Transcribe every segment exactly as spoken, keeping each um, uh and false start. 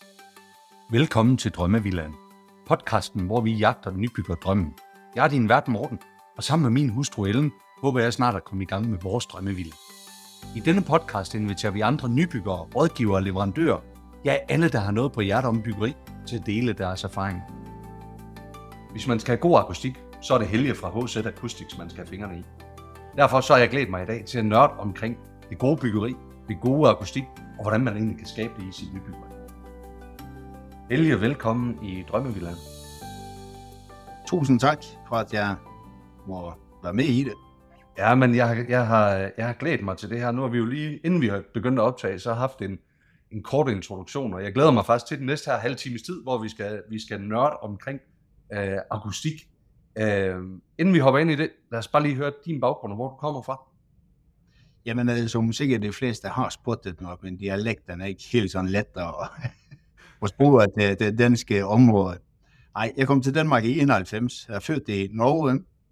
Velkommen til Drømmevillaen, podcasten, hvor vi jagter nybyggerdrømmen. Jeg er din vært Morten, og sammen med min hustru Ellen, håber jeg snart at komme i gang med vores drømmevilla. I denne podcast inviterer vi andre nybyggere, rådgivere og leverandører, ja alle, der har noget på hjertet om byggeri, til at dele deres erfaring. Hvis man skal have god akustik, så er det Helge fra H Z Acoustics, man skal have fingrene i. Derfor så har jeg glædet mig i dag til at nørde omkring det gode byggeri, det gode akustik, og hvordan man egentlig kan skabe det i sit nybyggeri. Helge, velkommen i Drømmevillaen. Tusind tak for, at jeg må være med i det. Ja, men jeg, jeg, har, jeg har glædet mig til det her. Nu har vi jo lige, inden vi har begyndt at optage, så har haft en, en kort introduktion, og jeg glæder mig faktisk til den næste her halve times tid, hvor vi skal, vi skal nørde omkring øh, akustik. Øh, inden vi hopper ind i det, lad os bare lige høre din baggrund, hvor du kommer fra. Jamen, som sikkert de fleste har spottet nok, men dialekten er ikke helt sådan let at, at spore til det danske område. Nej, jeg kom til Danmark i enoghalvfems. Jeg er født i Norge,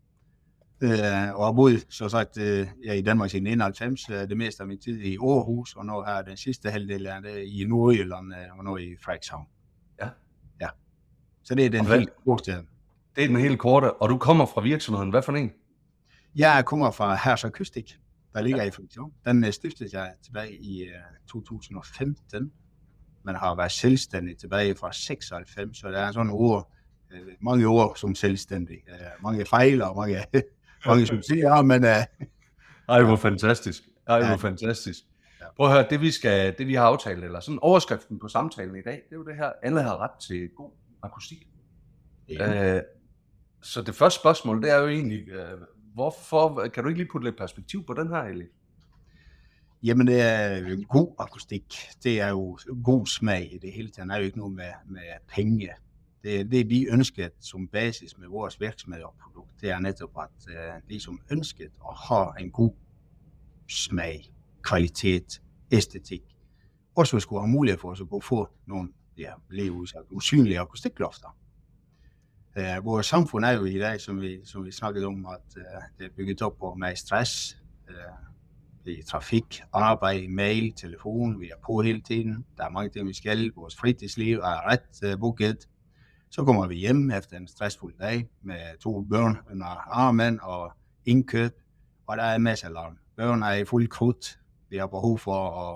øh, og har boet, så sagt, øh, jeg i Danmark siden enoghalvfems. Øh, det meste af min tid i Aarhus, og nu har den sidste halvdel af det i Nordjylland, øh, og nu i Frederikshavn. Ja. Ja. Så det er den hvad? helt korte. Det er den helt korte, og du kommer fra virksomheden. Hvad for en? Jeg kommer fra Hers Acoustic, der ligger ja. i Frederikshavn. Den stiftede jeg tilbage i uh, to tusind og femten. Man har været selvstændig tilbage fra seksoghalvfems, så der er sådan ord, uh, mange ord som selvstændig. Uh, mange fejler og mange, mange succeser, men... Uh, Ej, hvor fantastisk. Ej, hvor ja. fantastisk. Prøv at høre, det vi, skal, det vi har aftalt, eller sådan overskriften på samtalen i dag, det er jo det her, alle har ret til god akustik. Ja. Uh, så det første spørgsmål, det er jo egentlig, uh, hvorfor, kan du ikke lige putte lidt perspektiv på den her, Eli? Jamen, det er god akustik. Det er jo god smag i det hele taget. Det er jo ikke noget med, med penge. Det er det, vi ønsker som basis med vores virksomhed og produkt. Det er netop, at uh, de som ønsker at have en god smag, kvalitet, æstetik, også skulle have mulighed for os at gå få nogle ja, usynlige akustiklofter. Uh, vores samfund er jo i dag, som vi, som vi snakkede om, at uh, det er bygget op på med stress, uh, i trafik, arbejde, mail, telefon, vi er på hele tiden. Der er mange ting, vi skal. Vores fritidsliv er ret uh, booket. Så kommer vi hjem efter en stressfuld dag med to børn under armen og indkøb, og der er en masse alarm. Børn er i fuld krudt. Vi har behov for at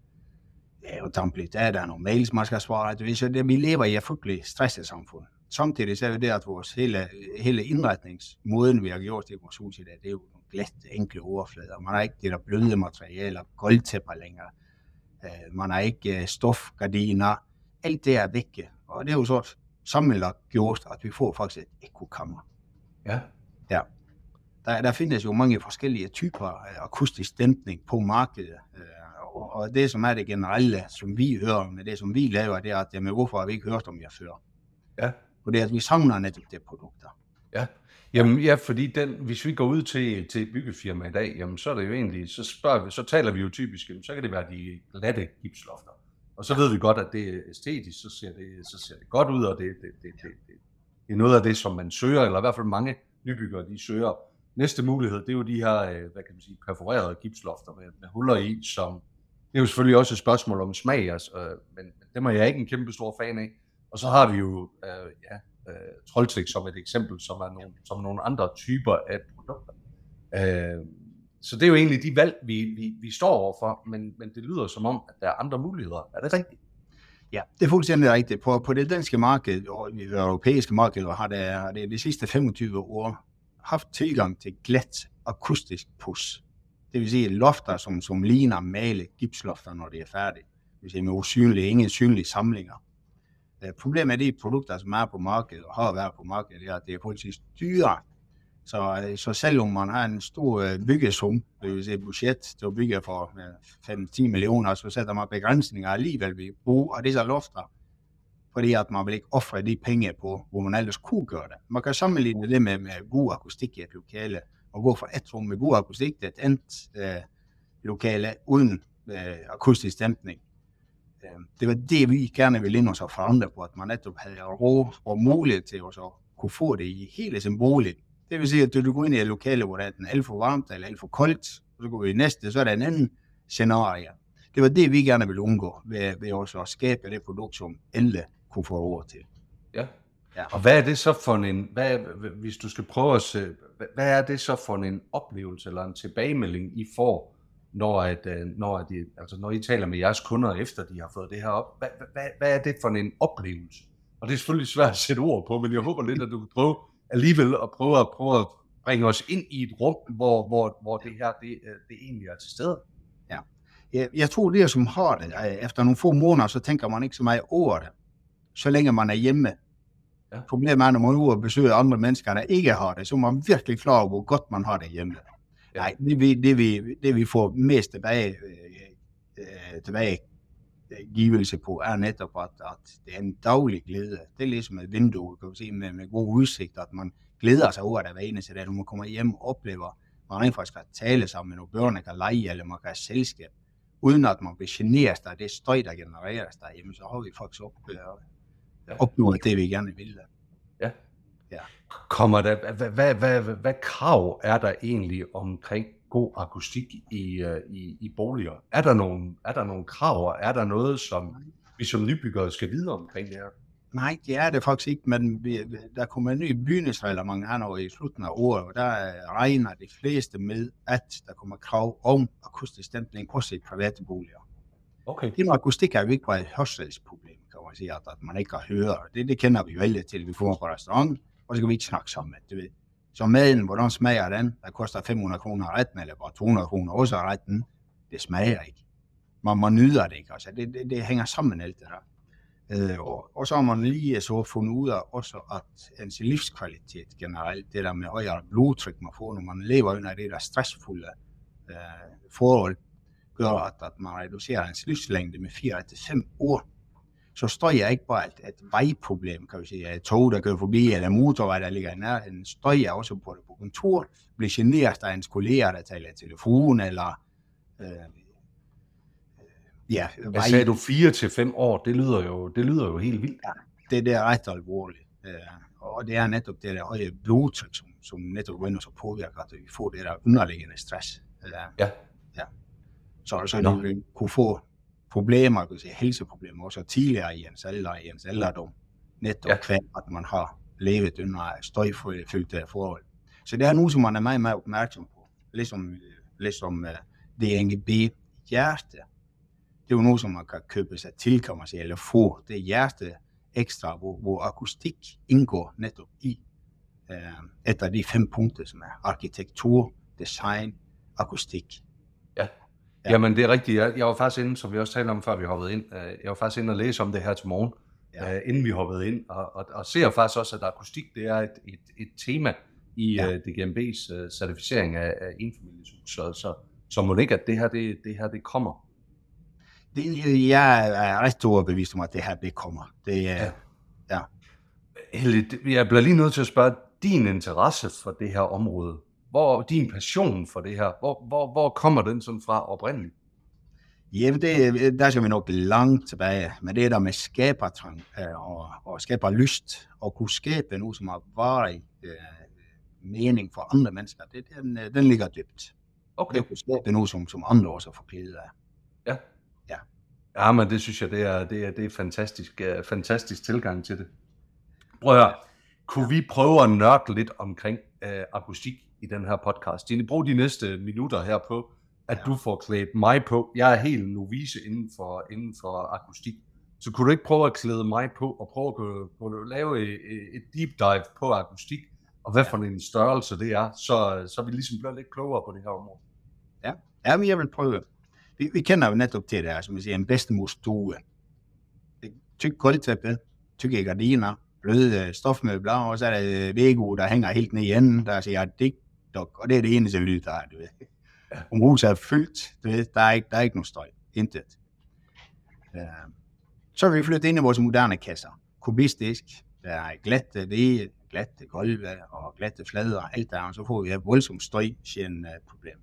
ja, dampe lidt af. Der er nogle mails, man skal svare. Så det, vi lever i et frygteligt stresset samfund. Samtidig så er det, at vores hele, hele indretningsmåden, vi har gjort i vores hus i dag, det er jo nogle glatte, enkle overflader. Man har ikke det der bløde materialer, gulvtæpper længere. Man har ikke stofgardiner. Alt det er væk. Og det er jo så sammenlagt gjort, at vi får faktisk et ekokammer. Ja. Ja. Der, der findes jo mange forskellige typer af akustisk dæmpning på markedet. Og det, som er det generelle, som vi hører med det, som vi laver, det er, at jamen, hvorfor har vi ikke hørt om jer før? Ja. Og det er, at vi savner netop det produkter. Ja, jamen ja, fordi den, hvis vi går ud til, til et byggefirma i dag, jamen så er det jo egentlig, så spørger vi, så taler vi jo typisk, så kan det være de glatte gipslofter. Og så ved vi godt, at det er æstetisk, så ser det, så ser det godt ud, og det, det, det, det, det, det er noget af det, som man søger, eller i hvert fald mange nybyggere, de søger. Næste mulighed, det er jo de her, hvad kan man sige, perforerede gipslofter med, med huller i, som, det er jo selvfølgelig også et spørgsmål om smag, altså, men dem er jeg ikke en kæmpe stor fan af. Og så har vi jo øh, ja, øh, Troldtæk som et eksempel, som er nogle, som nogle andre typer af produkter. Øh, så det er jo egentlig de valg, vi, vi, vi står overfor, men, men det lyder som om, at der er andre muligheder. Er det rigtigt? Ja, det er fuldstændig rigtigt. På, på det danske marked og det europæiske marked har det, har det de sidste femogtyve år haft tilgang til glat akustisk pus. Det vil sige lofter, som, som ligner male gipslofter, når det er færdigt. Det vil sige med usynlige, ingen synlige samlinger. Problemet er de produkter, som er på markedet og har været på markedet, er, at det er forholdsvis dyre. Så, så selv om man har en stor byggesum, det vil sige budget til at bygge for fem til ti millioner, så sætter man begrænsninger alligevel ved brug af disse lofter, fordi at man vil ikke ofre de penge på, hvor man ellers kunne gøre det. Man kan sammenligne det med, med god akustik i et lokale, og gå fra et rum med god akustik til et andet øh, lokale uden øh, akustisk dæmpning. Det var det, vi gerne ville ind og så forandre på, at man netop havde råd og mulighed til at så kunne få det i hele sin bolig. Det vil sige, at du går ind i et lokale, hvor det er alt for varmt eller alt for koldt, og så går vi i næste, så er der en anden scenarie. det var det, vi gerne ville undgå, ved, ved også at skabe det produkt, som alle kunne få råd til. Ja. Ja. Og hvad er det så for en, hvad, hvis du skal prøve at se, hvad er det så for en oplevelse eller en tilbagemelding, I får, når, at, når, at de, altså når I taler med jeres kunder, efter de har fået det her op? Hvad, hvad, hvad er det for en oplevelse? Og det er selvfølgelig svært at sætte ord på, men jeg håber lidt, at du kan prøve alligevel at prøve at, prøve at bringe os ind i et rum, hvor, hvor, hvor det her det, det egentlig er til stede. Ja. Jeg, jeg tror, det er som har det. Efter nogle få måneder, så tænker man ikke så meget over det, så længe man er hjemme. Ja. Problemet er, når man er ude og besøger andre mennesker, der ikke har det, så er man virkelig klar over, hvor godt man har det hjemme. Ja. Nej, det vi, det, vi, det vi får mest tilbage, øh, tilbage givelse på, er netop, at, at det er en daglig glæde. Det er ligesom et vindue, kan du sige, med, med god udsigt, at man glæder sig over det hver eneste dag, når man kommer hjem og oplever, man rent faktisk kan tale sammen med nogle børn, kan lege, eller man kan have selskab, uden at man bliver generet af det støj, der genereres der, jamen, så har vi faktisk oplevet, ja. opnået det, vi gerne vil. Ja. Ja. Kommer der, hvad, hvad, hvad, hvad, hvad krav er der egentlig omkring god akustik i, i, i boliger? Er der, nogle, er der nogle krav, er der noget, som vi som nybyggere skal vide omkring det her? Nej, det er det faktisk ikke, men vi, der kommer en ny bygningsreglement her nu i slutningen af året, og der regner de fleste med, at der kommer krav om akustisk dæmpning også i private boliger. Okay. Det med akustik er jo ikke bare et hørselsproblem, kan man sige, at, at man ikke kan høre. Det, det kender vi jo alle til, vi får på restaurant, og så kan vi ikke snakke sammen. Du ved. Så maden, hvordan smager den? Der koster fem hundrede kroner retten, eller bare to hundrede kroner også retten. Det smager ikke. Man, man nyder det ikke. Altså, det, det, det hænger sammen alt det der. Øh, og, og så har man lige så fundet ud af også, at ens livskvalitet generelt, det der med højere blodtryk, man får, når man lever under det der stressfulde øh, forhold, gør, at, at man reducerer ens livslængde med fire til fem år. Så støj er ikke bare et, et vejproblem, kan vi sige, et tog, der kører forbi, eller motorvej, der ligger i nærheden. Støj er også på det på kontor, bliver generet af ens kolleger, der taler i telefon, eller øh, ja. Hvad sagde du, fire til fem år? Det lyder jo, det lyder jo helt vildt. Ja, det, det er ret alvorligt. Øh, og det er netop det der høje blodtryk, som, som netop går ind og så påvirker, at vi får det der underliggende stress. Øh, ja. Ja. Så, så de vil kunne få problemer, kan sige, helseproblemer, også tidligere i ens alder, i ens alderdom, netop ja. Kvæm, at man har levet under støjfyldte forhold. Så det er noget, som man er meget, meget opmærksom på. Ligesom, ligesom uh, D N G B hjerte. Det er jo noget, som man kan købe sig til, kan man sige, eller få det hjerte ekstra, hvor, hvor akustik indgår netop i. Uh, et af de fem punkter, som er arkitektur, design, akustik. Ja. Ja. Jamen det er rigtigt. Jeg, jeg var faktisk inde, som vi også talte om før vi hoppede ind, jeg var faktisk inde og læse om det her til morgen, ja. uh, inden vi hoppede ind, og, og, og ser faktisk også, at akustik det er et, et, et tema i ja. uh, D G M B's uh, certificering af, af enfamilieshus, så, så, så må det ikke, at det her det, det, her, det kommer. Det, jeg er ret overbevist om, at det her det kommer. Det, ja. Ja. Helle, jeg bliver lige nødt til at spørge, din interesse for det her område, hvor din passion for det her, hvor, hvor, hvor kommer den sådan fra oprindeligt? Jamen, det, der skal vi nok langt tilbage, men det er der med skabertrang og, og skaberlyst, og kunne skabe noget, som har varig øh, mening for andre mennesker, det, den, den ligger dybt. Okay. Det kunne skabe noget, som, som andre også får glæde af. Ja. Ja. Ja, men det synes jeg, det er, det er, det er fantastisk, uh, fantastisk tilgang til det. Prøv at høre. Kunne vi prøve at nørde lidt omkring uh, akustik i den her podcast? Dine, brug de næste minutter her på, at ja. Du får klædt mig på. Jeg er helt novice inden for, inden for akustik. Så kunne du ikke prøve at klæde mig på, og prøve at kunne, kunne lave et, et deep dive på akustik, og hvad for en størrelse det er, så, så vi ligesom bliver lidt klogere på det her område. Ja, ja men jeg vil prøve. Vi, vi kender jo netop til det her, som vi siger, en bedstemors stue. Tyk gulvtæppe, tykke gardiner, bløde stofmøbler, og så er der vægge, der hænger helt ned i enden, der siger dik-dok, og det er det eneste lyd, der er, du ved. Ja. Om huset er fyldt, du ved, der er ikke, der er ikke nogen støj, intet. Uh, så vil vi flytte ind i vores moderne kasser. Kubistisk, der er glatte vægge, glatte gulve og glatte flader og alt der, og så får vi et voldsomt støjsjældent problem.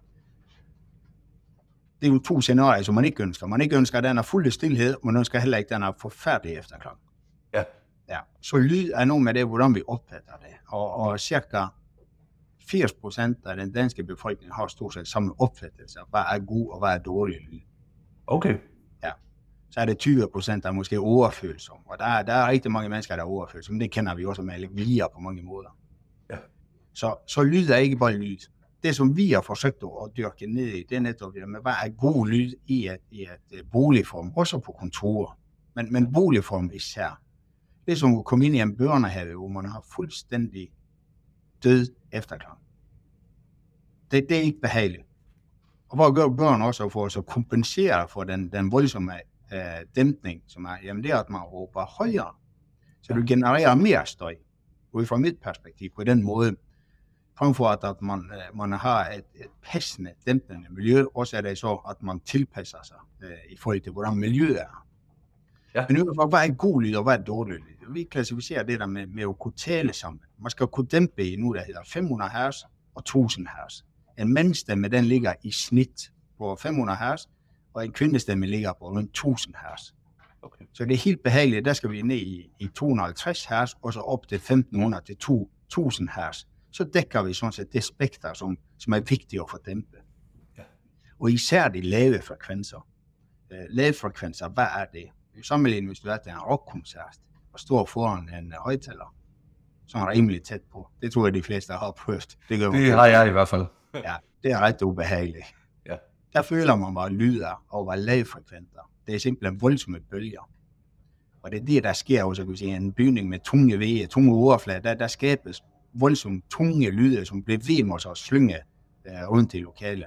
Det er jo to scenarier, som man ikke ønsker. Man ikke ønsker, at den er fuld af stillhed, men man ønsker heller ikke, at den er forfærdelig efterklang. Ja. Ja. Så lyd er noget med det, hvordan vi opfatter det. Og, og cirka firs procent af den danske befolkning har stort set samme opfattelse af, hvad er god og hvad er dårlig lyd. Okay. Ja. Så er det tyve procent, der er måske overfølsomme. Og der er, der er rigtig mange mennesker, der er overfølsomme. Det kender vi også med allergier på mange måder. Ja. Så, så lyd er ikke bare lyd. Det, som vi har forsøgt at dyrke ned i, det er netop det med, hvad er god lyd i et, i et boligform, også på kontorer. Men, men boligform især. Det er som at komme ind i en børnehave, hvor man har fuldstændig død efterklang. Det, det er ikke behageligt. Og hvad gør børn også for at kompensere for den, den voldsomme øh, dæmpning, som er, jamen det er, at man råber højere. Så du genererer mere støj, ud fra mit perspektiv, på den måde. Frem for at, at man, man har et, et passende dæmpende miljø, også er det så, at man tilpasser sig øh, i forhold til, hvordan miljøet er. Ja. Men nu hvad er god lyd, og hvad er dårlig lyd? Vi klassificerer det der med, med at kunne tale sammen. Man skal kunne dæmpe i nu, der hedder fem hundrede hertz og tusind hertz. En mandstemme, den ligger i snit på fem hundrede hertz, og en kvindestemme ligger på rundt tusind hertz. Okay. Så det er helt behageligt. Der skal vi ned i, i to hundrede og halvtreds hertz, og så op til femten hundrede til to tusind hertz. Så dækker vi sådan set det spekter, som, som er vigtigt at få dæmpe. Ja. Og især de lave frekvenser. Uh, lave frekvenser, hvad er det? Sammenlignet, hvis du er til en rockkoncert og står foran en højtaler, så er rimelig tæt på. Det tror jeg, de fleste har prøvet. Det, det har jeg i hvert fald. Ja, det er ret ubehageligt. Ja. Der føler man bare lyder og var lavfrekventer. Det er simpelthen voldsomme bølger. Og det er det, der sker også, kan vi sige, en bygning med tunge vægge, tunge overflader. Der, der skabes voldsomme tunge lyder, som bliver ved med at slynge uh, rundt i lokalet.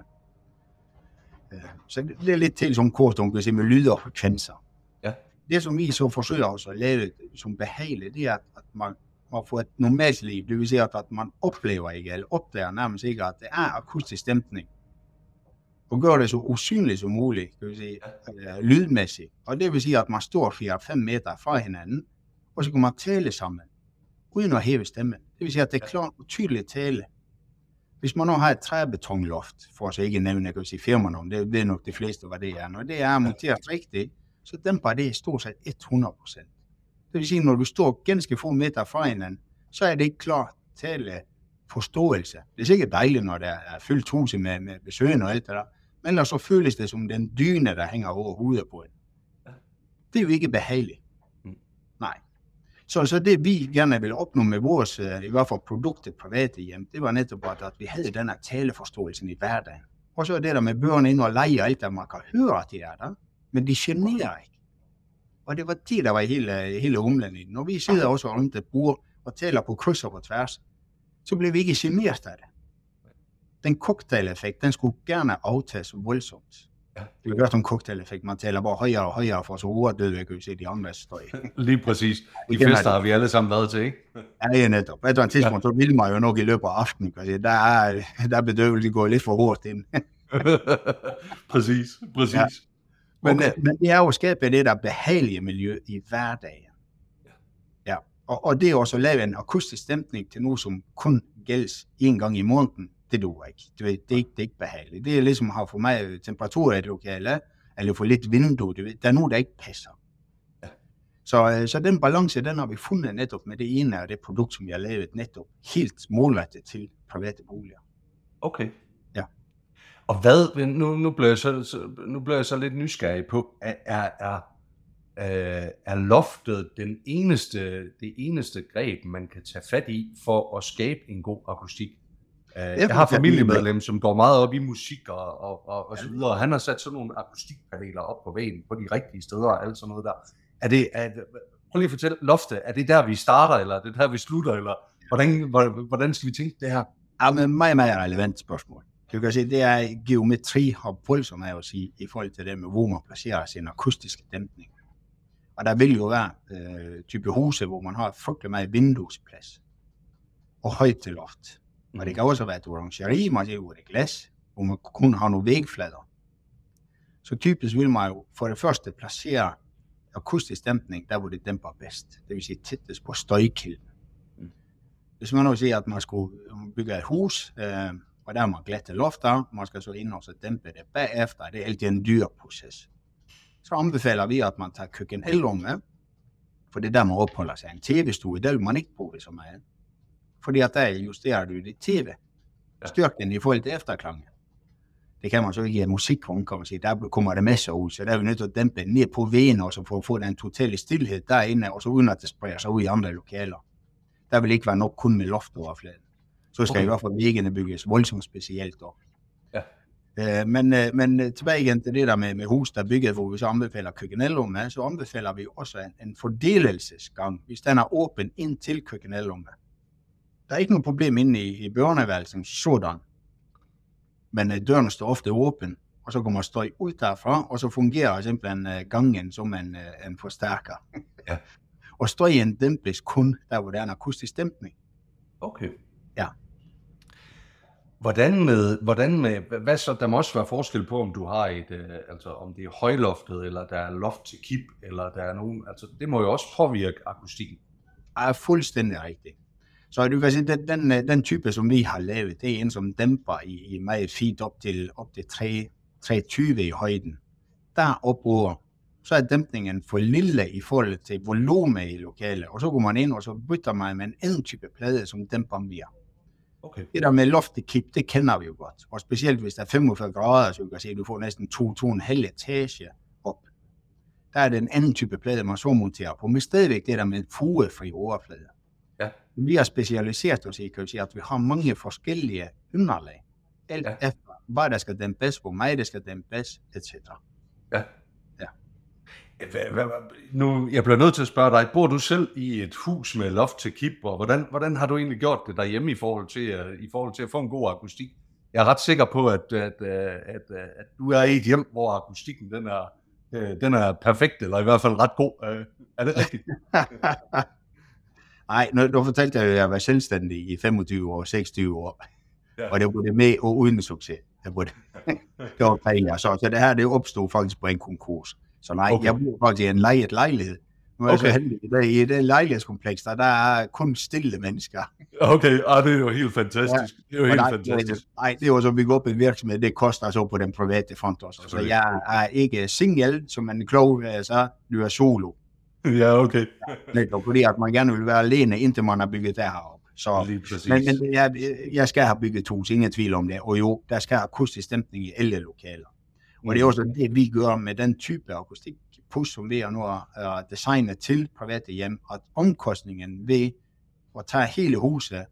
Uh, så det, det er lidt til som kort, kan vi sige, med lyder og frekvenser. Ja. Det, som vi så forsøger også at lave som behageligt, det er, at man, man får et normalt liv. Det vil sige, at man oplever ikke, eller opdager nærmest ikke, at det er akustisk dæmpning. Og gør det så usynligt som muligt, kan vi sige, ja. uh, lydmæssigt. Og det vil sige, at man står fire til fem meter fra hinanden, og så kan man tale sammen, uden at hæve stemmen. Det vil sige, at det er klart og tydeligt tale. Hvis man nu har et træbetonloft, for at så ikke nævne, jeg kan sige firmaerne om, det ved nok de fleste, hvad det er. Når det er monteret rigtigt, så dæmper det stort set hundrede procent. Det vil sige, når du står ganske få meter fra hinanden, så er det ikke klart tale forståelse. Det er sikkert dejligt, når der er fyldt huset med, med besøgende og alt det der, men ellers så føles det som den dyne, der hænger over hovedet på en. Det er jo ikke behageligt. Nej. Så, så det vi gerne vil opnå med vores, i hvert fald produktet private hjem, det var netop, at vi havde den her taleforståelsen i hverdagen. Og så er det der med børn ind og lege og alt, der man kan høre, at det er der, men de generer ikke. Og det var det, der var hele, hele humlen i. Når vi sidder også rundt et bord og taler på kryds og på tværs, så bliver vi ikke generet af det. Den cocktail-effekt, den skulle gerne aftages voldsomt. Ja. Det er jo en cocktail-effekt, man taler bare højere og højere, for så overdøde vi kan se de andres støj. Lige præcis. De fester har vi alle sammen været til, ikke? Ja, det er netop. På et eller andet tidspunkt, ja. Så vil man jo nok i løbet af aftenen, der er, der er bedøvelse, de går lidt for hurtigt ind. præcis, præcis. Ja. Men, okay. men det er jo at skabe det der behagelige miljø i hverdagen. Ja. Ja. Og, og det er også at lave en akustisk dæmpning til noget, som kun gældes en gang i måneden. Det duer ikke. Det er, det, er ikke. det er ikke behageligt. Det er ligesom at have for meget temperatur i et lokale, eller for lidt vindue. Der er noget, der ikke passer. Ja. Så, så den balance, den har vi fundet netop med det ene af det produkt, som jeg har lavet netop helt målrettet til private boliger. Okay. Ja. Og hvad, nu, nu, bliver jeg så, nu bliver jeg så lidt nysgerrig på, er, er, er, er loftet den eneste, det eneste greb, man kan tage fat i for at skabe en god akustik? Jeg har familiemedlem, som går meget op i musik og, og, og, og så videre, og han har sat sådan nogle akustikpaneler op på væggen på de rigtige steder og alt sådan noget der. Er det, er det, prøv lige at fortælle, loftet, er det der vi starter, eller er det der vi slutter, eller hvordan, hvordan skal vi tænke det her? Ja, men meget, meget relevant spørgsmål. Du kan se, det er geometri og voldsomt at sige, i forhold til det med, hvor man placerer sin akustiske dæmpning. Og der vil jo være øh, type huse, hvor man har frygtelig meget vinduesplads og højt til loft. Og det kan også være et orangerie, man siger, hvor det er glas, hvor man kun har nogle vægflader. Så typisk vil man jo for det første placere akustisk dæmpning, der hvor det dæmper bedst. Det vil sige tættest på støjkilden. Mm. Hvis man nu siger, at man skulle bygge et hus, øh, og der er man glatte lofter, man skal så ind og så dæmpe det bagefter, det er altid en dyr proces. Så anbefaler vi, at man tager køkkenelrummet, for det er der man opholder sig. En tv-stue, der vil man ikke bruge det så meget. Fordi at der justerer du dit tv, styrken i forhold til efterklangen. Det kan man så ikke i en musikrum, kan man sige. Der kommer det masser ud, så der er vi nødt til at dæmpe ned på væggen, og så for at få den totale stillhed derinde, og så uden at det spreder sig ud i andre lokaler. Der vil ikke være nok kun med loftoverfladen. Så skal okay. i hvert fald væggene bygges voldsomt specielt op. Ja. Øh, men, øh, men tilbage igen til det der med, med hus, der er bygget, hvor vi så anbefaler køkkenellomme, så anbefaler vi også en, en fordelelsesgang, hvis den er åben ind til køkkenellomme. Der er ikke noget problem inde i, i børneværelsen, sådan. Men øh, døren står ofte åben, og så kommer støj ud derfra, og så fungerer simpelthen øh, gangen som en, øh, en forstærker. Ja. Og støjen dæmpes kun der, hvor der er en akustisk dæmpning. Okay. Ja. Hvordan med, hvordan med, hvad så, der må også være forskel på, om du har et, øh, altså om det er højloftet, eller der er loft til kip, eller der er nogen, altså det må jo også påvirke akustikken. Er fuldstændig rigtigt. Så du kan sige, den, den, den type, som vi har lavet, det er en, som dæmper i, i meget fint op til, op til tre komma tyve i højden. Der opruger, så er dæmpningen for lille i forhold til volumen i lokalet, og så går man ind, og så bytter man med en anden type plade, som dæmper mere. Okay. Det der med loftekip, det kender vi jo godt, og specielt hvis der er femogfyrre grader, så du kan se, at du får næsten to til to komma fem etage op. Der er det en anden type plade, man så monterer på, men stadigvæk det der med fugefri overflade. Ja. Vi har specialiseret os i, kan sige, at vi har mange forskellige underlag, alt ja. Efter hvad der skal dæmpes, hvor meget det skal dæmpes, et cetera. Ja. Ja. Nu, jeg bliver nødt til at spørge dig, bor du selv i et hus med loft til kip, og hvordan, hvordan har du egentlig gjort det derhjemme i forhold til, uh, i forhold til at få en god akustik? Jeg er ret sikker på, at, at, at, at, at du er i et hjem, hvor akustikken den er, den er perfekt, eller i hvert fald ret god. Er det rigtigt? Nej, nu fortalte jeg jo, at jeg var selvstændig i femogtyve år, seksogtyve år, ja. Og det var det med og uden succes. Det var, det. Det var penge, så, så det her det opstod faktisk på en konkurs. Så nej, okay. Jeg bor faktisk i en lejet lejlighed. Nu er okay. Jeg så heldig, i det lejlighedskompleks, der, der er kun stille mennesker. Okay, ah, det er jo helt fantastisk. Ja. Det er jo helt nej, fantastisk. Nej, det var så, vi går op i en virksomhed, det koster så på den private front også. Så jeg er ikke single, som man klog så du er solo. Ja, okay. Det er fordi, at man gerne vil være alene, indtil man har bygget det her op. Så, men men jeg, jeg skal have bygget to, ingen tvivl om det. Og jo, der skal have akustisk dæmpning i alle lokaler. Og det er også det, vi gør med den type akustik pus, som vi er nu er designet til private hjem, at omkostningen ved at tage hele huset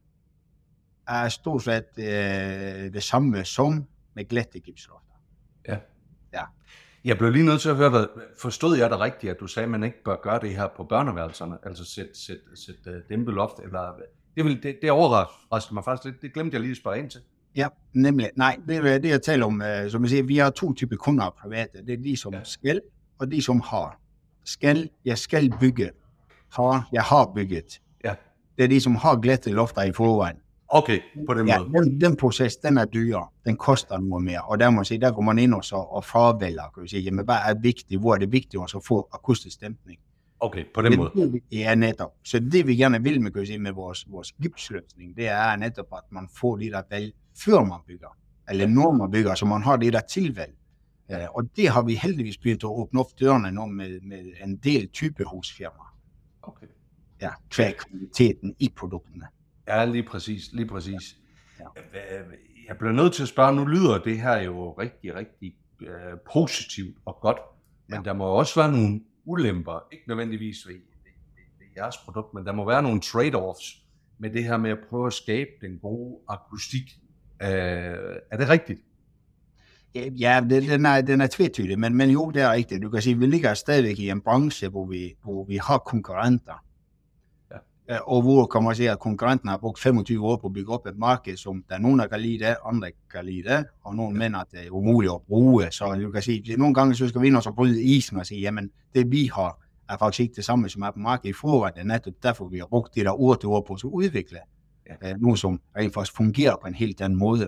er stort set øh, det samme som med glatte gipslofter. Ja. Ja. Jeg blev lige nødt til at høre dig. Forstod jeg dig rigtigt, at du sagde, at man ikke bør gøre det her på børneværelserne? Altså sætte sæt, sæt, uh, dæmpe loft? Eller, det, vil, det, det overraskede mig faktisk lidt. Det glemte jeg lige at spørge ind til. Ja, nemlig. Nej, det er det, jeg taler om. Uh, som jeg siger, vi har to typer kunder private. Det er de, som ja. Skal, og de, som har. Skal, jeg skal bygge. Har, jeg har bygget. Ja. Det er de, som har glatte lofter i forvejen. Okay, på den ja, måde. Den, den proces, den er dyrere. Den koster noget mere. Og der må sige, der går man ind og, så, og fravælger, kan vi sige, jamen, hvad er vigtigt? Hvor er det vigtigt at få akustisk dæmpning? Okay, på den det, måde. Det, ja, netop. Så det, vi gerne vil med, kan vi sige, med vores, vores gipsløsning, det er netop, at man får det der valg, før man bygger. Eller når man bygger, så man har det der tilvalg. Ja, og det har vi heldigvis begyndt at åbne op dørene nu med, med en del type husfirmaer. Okay. Ja, kvær kvaliteten i produkterne. Ja, lige præcis, lige præcis. Ja. Jeg bliver nødt til at spørge, nu lyder det her jo rigtig, rigtig uh, positivt og godt, men ja. Der må også være nogle ulemper, ikke nødvendigvis ved, ved, ved jeres produkt, men der må være nogle trade-offs med det her med at prøve at skabe den gode akustik. Uh, er det rigtigt? Ja, det, den er, den er tvetydig, men, men jo, det er rigtigt. Du kan sige, at vi ligger stadigvæk i en branche, hvor vi, hvor vi har konkurrenter. Og hvor kan man sige, at konkurrenten har brugt femogtyve år på at bygge op et marked, som der er nogen, der kan lide det, andre kan lide det, og nogen mener, at det er umuligt at bruge. Så du kan sige, at nogle gange så skal vi ind og så bryde isen og sige, jamen det vi har, er faktisk ikke det samme, som er på markedet i forvejen. Det er netop derfor, vi har brugt det der ord til ord på at udvikle ja. Noget, som rent faktisk fungerer på en helt anden måde.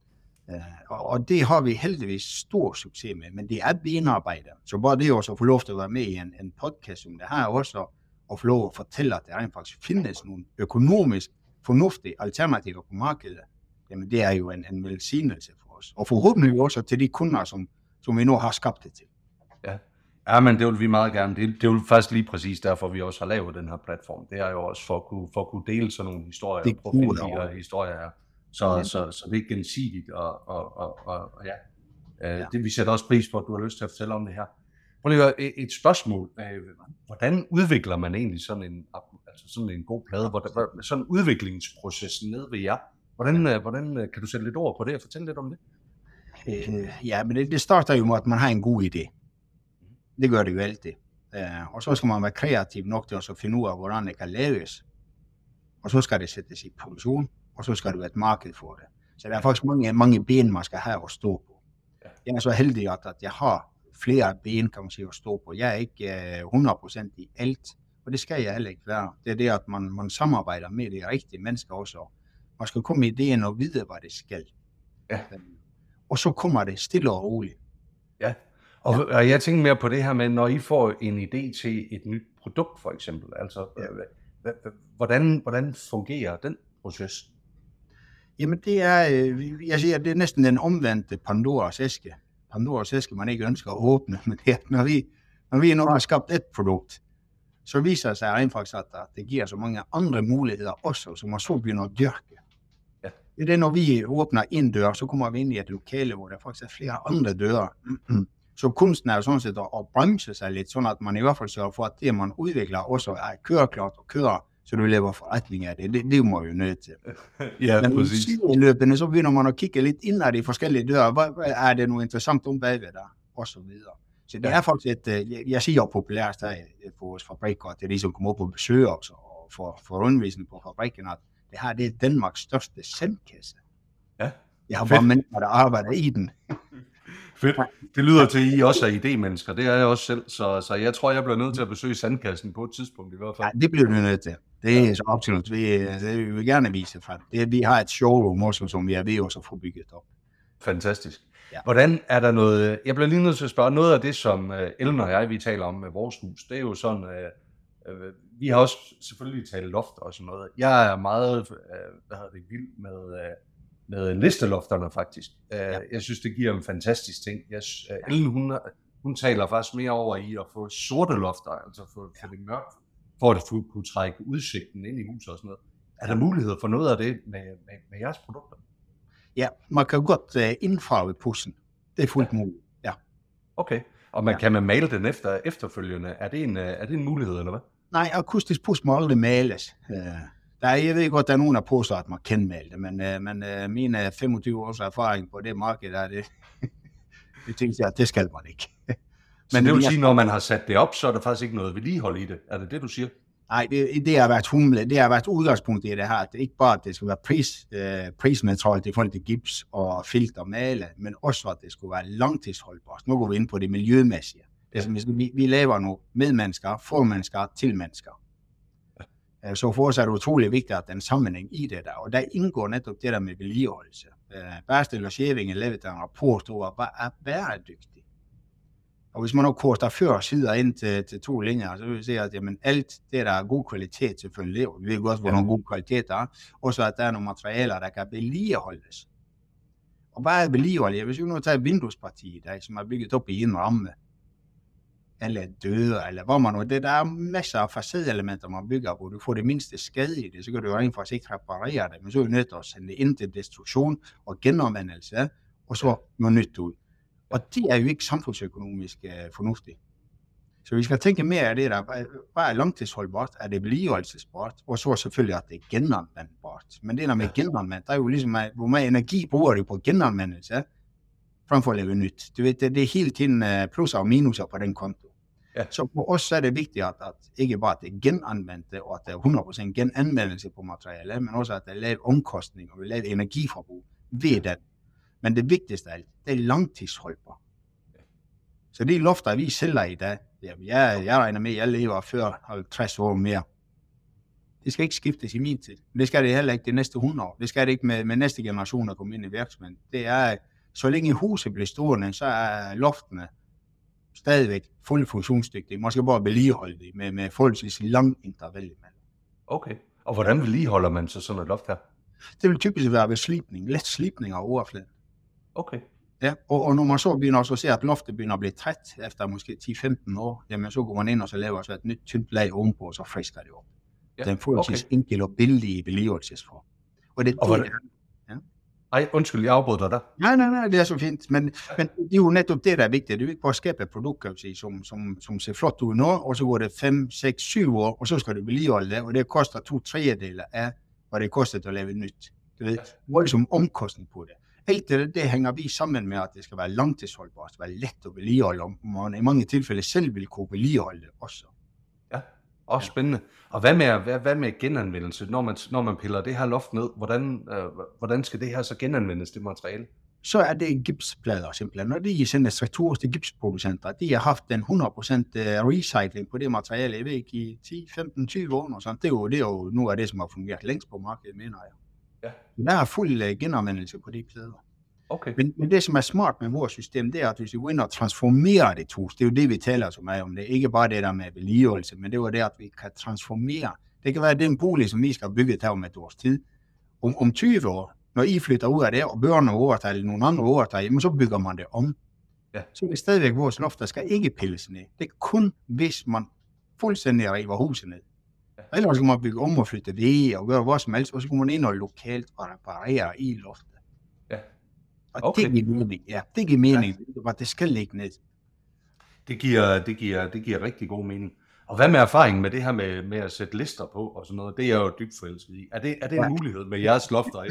Og det har vi heldigvis stor succes med, men det er benarbejde. Så bare det også at få lov til at være med i en, en podcast, som det her også, og få lov at fortælle, at der rent faktisk findes nogle økonomisk fornuftige alternativer på markedet, jamen det er jo en, en velsignelse for os. Og forhåbentlig også til de kunder, som, som vi nu har skabt det til. Ja. Ja, men det vil vi meget gerne. Det, det er jo faktisk lige præcis derfor, vi også har lavet den her platform. Det er jo også for at kunne, for at kunne dele sådan nogle historier, det og profilere historier her. Så, ja. så, så, så det er gensidigt, og, og, og, og, og ja. Ja. Det, vi sætter også pris på, at du har lyst til at fortælle om det her. Prøv lige at høre, et, et spørgsmål. Hvordan udvikler man egentlig sådan en, altså sådan en god plade? Hvordan, sådan en udviklingsproces nede ved jer? Hvordan, hvordan kan du sætte lidt ord på det og fortælle lidt om det? Øh, ja, men det, det starter jo med, at man har en god idé. Det gør det jo altid. Uh, og så skal man være kreativ nok til at finde ud af, hvordan det kan laves. Og så skal det sættes i produktion, og så skal det være et marked for det. Så der er faktisk mange, mange ben, man skal have at stå på. Jeg er så heldig, at jeg har flere ben, kan man sige, at stå på. Jeg er ikke hundrede procent i alt, og det skal jeg heller ikke være. Det er det, at man, man samarbejder med de rigtige mennesker også. Man skal komme med idéen og vide, hvad det skal. Ja. Og så kommer det stille og roligt. Ja. Og, ja. og jeg tænker mere på det her med, når I får en idé til et nyt produkt, for eksempel. Altså, ja. hvordan, hvordan fungerer den proces? Jamen, det er, jeg siger, det er næsten den omvendte Pandoras æske. Pandoras æske, man ikke ønsker at åbne, men det er, når vi, når vi nu har skabt et produkt, så viser det sig rent faktisk, at det giver så mange andre muligheder også, som man så begynder at dyrke. Ja. Det er det, når vi åbner en dør, så kommer vi ind i et lokale, hvor der faktisk er flere andre døre. Så kunsten er jo sådan set at bremse sig lidt, sådan at man i hvert fald sørger for, at det, man udvikler, også er køreklart og kører, så du laver forretning af det. Det, det må jo nødt til. Ja, men præcis. i løbende, så begynder man at kigge lidt ind af de forskellige døre. Hvad, hvad er det noget interessant om bagved der? Og så videre. Så det ja. er faktisk et, jeg, jeg siger jo populært der på vores fabrik, og det er de, som kommer op og besøger os og får, får undervisning på fabrikken, at det her det er Danmarks største sandkasse. Ja. Jeg har bare mennesker, der arbejder i den. Fedt. Det lyder til, at I også er idémennesker. Det er jeg også selv. Så, så jeg tror, jeg bliver nødt til at besøge sandkassen på et tidspunkt i hvert fald. Ja, det bliver du nødt til. Det er så absolut. Vi, det vi vil gerne vise frem. Det, vi har et showroom også, som vi er ved også at få bygget op. Fantastisk. Ja. Hvordan er der noget... Jeg bliver lige nødt til at spørge. Noget af det, som Ellen og jeg, vi taler om med vores hus, det er jo sådan... Øh, øh, vi har også selvfølgelig talt loft og sådan noget. Jeg er meget øh, hvad hedder det, vild med... Øh, med listelofterne faktisk. Ja. Jeg synes, det giver en fantastisk ting. Jeg, Ellen, hun, hun taler faktisk mere over i at få sorte lofter, altså få, ja. få det mørkt, for at få, kunne trække udsigten ind i huset og sådan noget. Er der mulighed for noget af det med, med, med jeres produkter? Ja, man kan godt uh, indfarve pudsen. Det er fuldt ja. muligt. Ja. Okay. Og man, ja. kan man male den efter, efterfølgende? Er det, en, er det en mulighed, eller hvad? Nej, akustisk puds må aldrig males. Uh, Der er, jeg ved godt, der er nogen, der påstår, at man kan male det, men, øh, men øh, mine femogtyve års erfaring på det marked, der er det, det tænker jeg, at det skal man ikke. Men så det vil sige, når man har sat det op, så er der faktisk ikke noget vedligehold i det. Er det det, du siger? Nej, det, det har været humle, det har været udgangspunkt i det her. Det er ikke bare, at det skal være pris, øh, prisneutralt i forhold til gips og filter og male, men også, at det skulle være langtidsholdbart. Nu går vi ind på det miljømæssige. Det er, som, vi, vi laver nu med mennesker, for mennesker, til mennesker. Så for os er det utrolig vigtigt, at den sammenhæng i det der, og der indgår netop det der med vedligeholdelse. Barstil og Skævinge lavede en rapport over, hvad er bæredygtigt. Og hvis man nu koster før sider ind til, til to linjer, så vil vi se, at jamen, alt det, der er god kvalitet selvfølgelig, vi ved godt, hvor ja. nogle god kvalitet der er, og så at der er nogle materialer, der kan vedligeholdes. Og hvad er vedligeholdet? Hvis vi nu tager vinduespartiet, der, som er bygget op i en ramme, eller døde, eller hvor man nu, det der er masser af facadeelementer, man bygger, hvor du får det mindste skade i det, så kan du jo rent faktisk ikke reparere det, men så er vi nødt til at sende det ind til destruktion og genanvendelse, og så noget nyt ud. Og det er jo ikke samfundsøkonomisk uh, fornuftigt. Så vi skal tænke mere af det, der bare er langtidsholdbart, er det vedligeholdelsesbart, og så selvfølgelig, at det er genanvendbart. Men det der med genanvendt, der er jo ligesom, hvor meget energi bruger du på genanvendelse, fremfor at lave nyt. Du ved, det, det er hele tiden uh, plusser og minuser på den konto. Ja. Så for os er det vigtigt, at, at ikke bare at det er genanvendte, og at der er hundrede procent genanvendelse på materialet, men også at der er lavet omkostning, og vi lavet energiforbrug ved det. Men det vigtigste af alt, det er langtidsholdbart. Ja. Så de lofter, vi sælger i dag, jamen jeg, jeg regner med, at jeg lever før halvtreds år mere. Det skal ikke skiftes i min tid. Det skal det heller ikke de næste hundrede år. Det skal det ikke med, med næste generation, der kommer ind i virksomheden. Det er, så længe huset bliver stående, så er loftene stadigvæk fuldt funktionsdygtige. Man skal bare vedligeholde det med, med forholdsvis lang interval imellem. Okay. Og hvordan vedligeholder man så sådan et loft her? Det vil typisk være ved slipning. Let slipning af overfladen. Okay. Ja, og, og når man så begynder også at se, at loftet begynder at blive træt efter måske ti til femten år, jamen så går man ind og så laver så et nyt tyndt lag ovenpå, og så frisker det op. Ja, det er en forholdsvis okay. enkel og billig vedligeholdelsesform. Og det er og det, hvordan, ja. Ej, undskyld, jeg afbrød dig der. Nej, nej, nej, det er så fint. Men, men det er jo netop det, der er vigtigt. Det er jo ikke bare at skabe et produkt, kan sige, som, som, som ser flot ud nu, og så går det fem, seks, syv år, og så skal det vedligeholde det, og det koster to tredjedeler af, hvad det koster at lave nyt. Det er voldsom omkostning på det. Alt det, det hænger vi sammen med, at det skal være langtidsholdbart, være let at vedligeholde, og man i mange tilfælde selv vil kunne vedligeholde det også. Ja, også ja. Spændende. Og hvad med, hvad, hvad med genanvendelse? Når man, når man piller det her loft ned, hvordan, øh, hvordan skal det her så genanvendes, det materiale? Så er det gipsplader simpelthen. Når de sendes retur til gipsproducenter, de har haft en hundrede procent recycling på det materiale, jeg ved ikke, i ti, femten, tyve år og sådan. Det er jo, det er jo nu af det, som har fungeret længst på markedet, mener jeg. Ja. Der er fuld genanvendelse på de plader. Okay. Men, men det, som er smart med vores system, det er, at hvis vi går ind og transformerer det tus, det er jo det, vi taler så meget om. Det er ikke bare det der med vedligeholdelse, men det var det, at vi kan transformere. Det kan være den bolig, som vi skal bygge til om et års tid. Om, om tyve år, når I flytter ud af det, og børnene overtager, eller nogle andre overtager, så bygger man det om. Ja. Så er det stadigvæk vores loft, der skal ikke pilles ned. Det er kun, hvis man fuldstændig river huset ned. Ja. Ellers kan man bygge om og flytte ved og gøre hvad som helst, og så kan man ind og lokalt og reparere i loftet. Ja. Og okay. det giver mening. Ja, det giver mening. Ja. Det skal ligge ned. Det giver, det, giver, det giver rigtig god mening. Og hvad med erfaringen med det her med, med at sætte lister på og sådan noget? Det er jeg jo dybt forelsket i. Er det, er det en ja. mulighed med jeres lofter?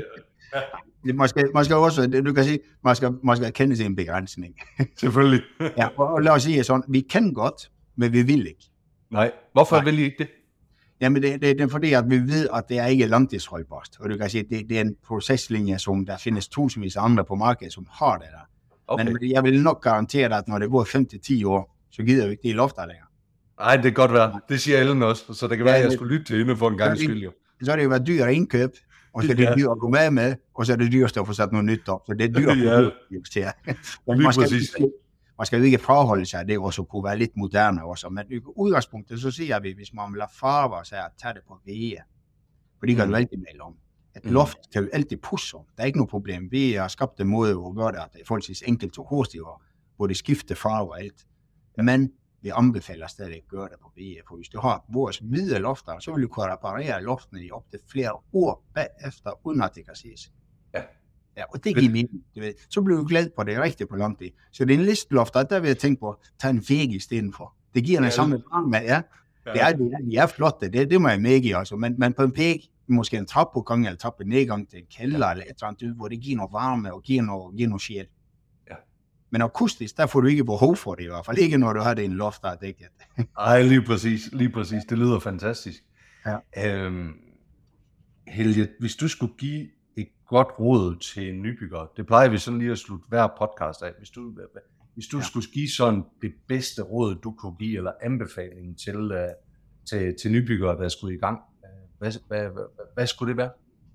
Ja. Man skal, man skal også, du kan sige, man skal, man skal kende sin begrænsning. Selvfølgelig. Ja, og lad os sige sådan, vi kan godt, men vi vil ikke. Nej, hvorfor Nej. vil I ikke det? Jamen det, det, det er fordi, at vi ved, at det er ikke langtidsholdbart. Og du kan sige, det, det er en proceslinje, som der findes tusindvis af andre på markedet, som har det der. Okay. Men jeg vil nok garantere dig, at når det går fem til ti år, så gider vi ikke det i lofter længere. Nej, det kan godt være. Det siger Ellen også, så det kan være, at jeg skulle lytte til hende for en gang skyld. Jo. Så er det jo været dyrt at indkøbe, og så er det ja. dyrt at gå med med, og så er det dyrt at få sat noget nyt op. Så det er dyrt at ja. investere. Man skal, man skal jo ikke forholde sig af det, og så kunne være lidt moderne også. Men i udgangspunktet, så siger vi, hvis man vil have farver, så er at tage det på væge. For det kan mm. du altid melde om. Et mm. loft kan jo altid pusse om. Der er ikke noget problem. Vi har skabt en måde at gøre det, at det er forholdsvis enkelt og hurtigt, hvor det skifter farver og alt. Men vi anbefaler stadig at gøre det på væge, for hvis du har vores hvide lofter, så vil du kunne reparere loftene i op til flere år bagefter, uden at det kan ses. Ja. Ja, og det giver mening. Så bliver du glad på det rigtigt på lang tid. Så det er en listlofter, der vil jeg tænke på, tage en væg i stedet for. Det giver en ja, samme brand med, ja. Det er, det er, de er flotte, det, det må jeg medgive også. Men, men på en væg, måske en trappegang eller trappenedgang til en kælder, eller et eller andet, hvor det giver noget varme og giver noget, giver noget sjæl. Men akustisk, der får du ikke behov for det i hvert fald. Ikke når du har det i en loft, der er dækket. Ej, lige præcis, lige præcis. Det lyder fantastisk. Ja. Øhm, Helge, hvis du skulle give et godt råd til nybyggere, det plejer vi sådan lige at slutte hver podcast af. Hvis du, hvis du ja. skulle give sådan det bedste råd, du kunne give, eller anbefalingen til, uh, til, til nybyggere, der skulle i gang, hvad, hvad, hvad, hvad skulle det være?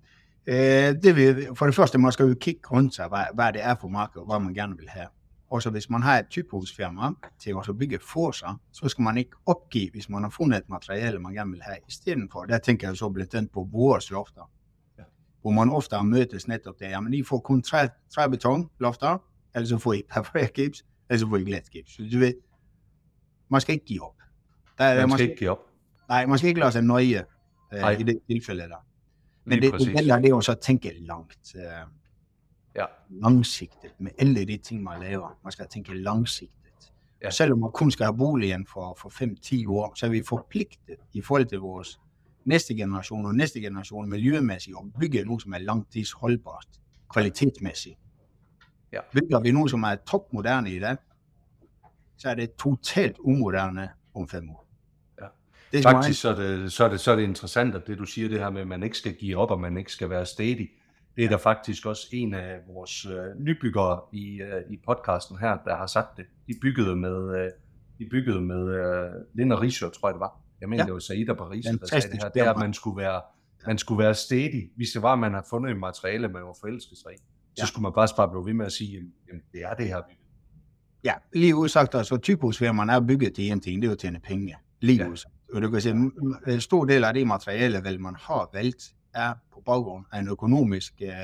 Øh, det vil, for det første, man skal jo kigge rundt sig, hvad, hvad det er for marked, og hvad man gerne vil have. Og så hvis man har et typehusfirma til at bygge for sig, så skal man ikke opgive, hvis man har fundet et materiale, man gerne vil have. I stedet for, der tænker jeg så blandt andet på vores lofter, ja. Hvor man ofte har mødtes netop der. Jamen, I får kun tre, tre betonlofter, eller så får I perforeret gips, eller så får I glat gips. Så du ved, man skal ikke give op. Der, man, skal man skal ikke give op? Nej, man skal ikke lade sig nøje øh, i det tilfælde der. Men det, det, det er jo så at tænke langt. Øh, Ja. langsigtet med alle de ting, man laver. Man skal tænke langsigtet. Ja. Selvom man kun skal have boligen for, for fem til ti år, så er vi forpligtet i forhold til vores næste generation og næste generation miljømæssigt og bygge noget, som er langtidsholdbart, kvalitetsmæssigt. Ja. Bygger vi noget, som er topmoderne i dag, så er det totalt umoderne om fem år. Ja. Det er Faktisk så er, det, så, er det, så er det interessant, at det du siger det her med, at man ikke skal give op, og man ikke skal være stædig. Det er der faktisk også en af vores øh, nybyggere i, øh, i podcasten her, der har sagt det. De byggede med, øh, de byggede med øh, Linda Rischer, tror jeg det var. Jeg mener, ja. Det var Saida Paris, der sagde det her. Det er, at man skulle være, man skulle være stædig. Hvis det var, at man havde fundet et materiale, man var forelsket sig i, ja. Så skulle man bare bare blive ved med at sige, jamen det er det her bygget. Ja, lige udsagt, altså typehusfirmaen er bygget til en ting, det er jo at tjene penge. Lige ja. udsagt. Og du kan se, en stor del af det materiale, vel, man har valgt, er på baggrund af en økonomisk øh,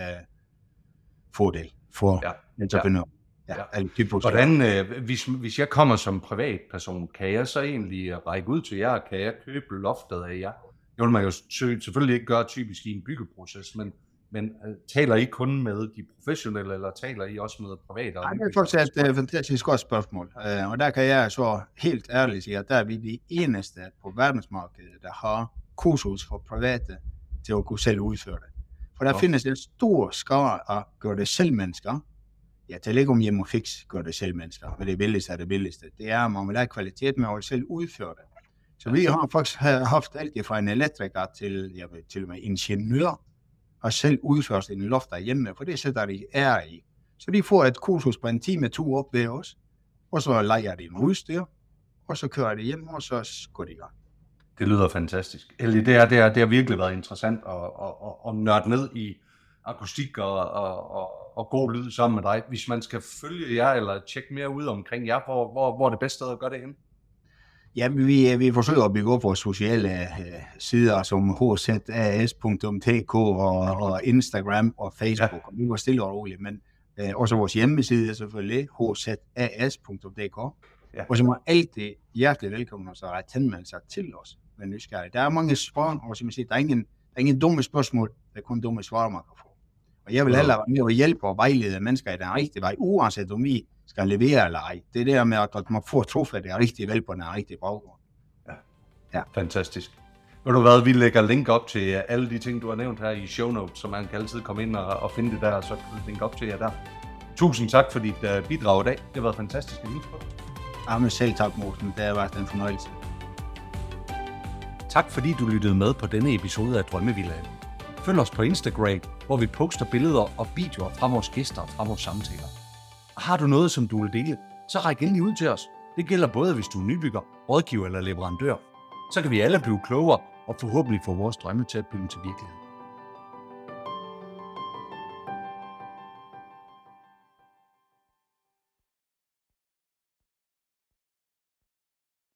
fordel for ja. entreprenører. Ja. Ja. Ja. Hvordan, øh, hvis, hvis jeg kommer som privatperson, kan jeg så egentlig række ud til jer? Kan jeg købe loftet af jer? Det vil man jo selvfølgelig ikke gøre typisk i en byggeproces, men Men øh, taler I kun med de professionelle, eller taler I også med private? Nej, det er faktisk et uh, fantastisk godt spørgsmål. Uh, og der kan jeg så helt ærligt sige, at der er vi de eneste på verdensmarkedet, der har kursus for private til at kunne selv udføre det. For der ja. findes en stor skare af gør det selv mennesker. Jeg taler ikke om hjem og fix gør det selv mennesker, men det billigste er det billigste. Det er, at man vil have kvalitet med at selv udføre det. Så vi har faktisk haft alt fra en elektriker til, jeg ved, til og med ingeniør, og selv udført en loft derhjemme, for det sætter de ære i. Så de får et kursus på en time, to op ved os, og så leger de med udstyr, og så kører de hjem, og så går de i gang. Det lyder fantastisk. Ellie, det, er, det, er, det har virkelig været interessant at, at, at, at nørde ned i akustik og, og, og, og god lyd sammen med dig. Hvis man skal følge jer eller tjekke mere ud omkring jer, hvor, hvor, hvor er det bedste sted at gøre det henne? Ja, vi, vi forsøger at bygge op vores sociale uh, sider som h z a s punktum d k og, og Instagram og Facebook. Ja. Vi var stille og roligt, men uh, også vores hjemmeside er selvfølgelig h z a s punktum d k. Ja. Og så må altid hjertelig velkommen og så ret henvende sig til os med nysgerrighed. Der er mange svar, og som jeg siger, der er ingen, der er ingen dumme spørgsmål, der er kun dumme svar, man kan få. Og jeg vil hellere være med at hjælpe og vejlede mennesker i den rigtige vej, uanset om vi skal levere eller ej. Det er det der med, at man får truffet det rigtige valg på den rigtige baggrund. Ja. Ja, fantastisk. Ved du hvad, vi lægger link op til alle de ting, du har nævnt her i show notes, så man kan altid komme ind og, og finde det der, og så kan du linke op til jer der. Tusind tak for dit uh, bidrag i dag. Det har været fantastisk at lytte på. Jamen selv tak, Morten. Det har været en fornøjelse. Tak fordi du lyttede med på denne episode af Drømmevillaen. Følg os på Instagram, hvor vi poster billeder og videoer fra vores gæster og fra vores samtaler. Og har du noget, som du vil dele, så ræk endelig ud til os. Det gælder både, hvis du er nybygger, rådgiver eller leverandør. Så kan vi alle blive klogere og forhåbentlig få vores drømme til at blive til virkelighed.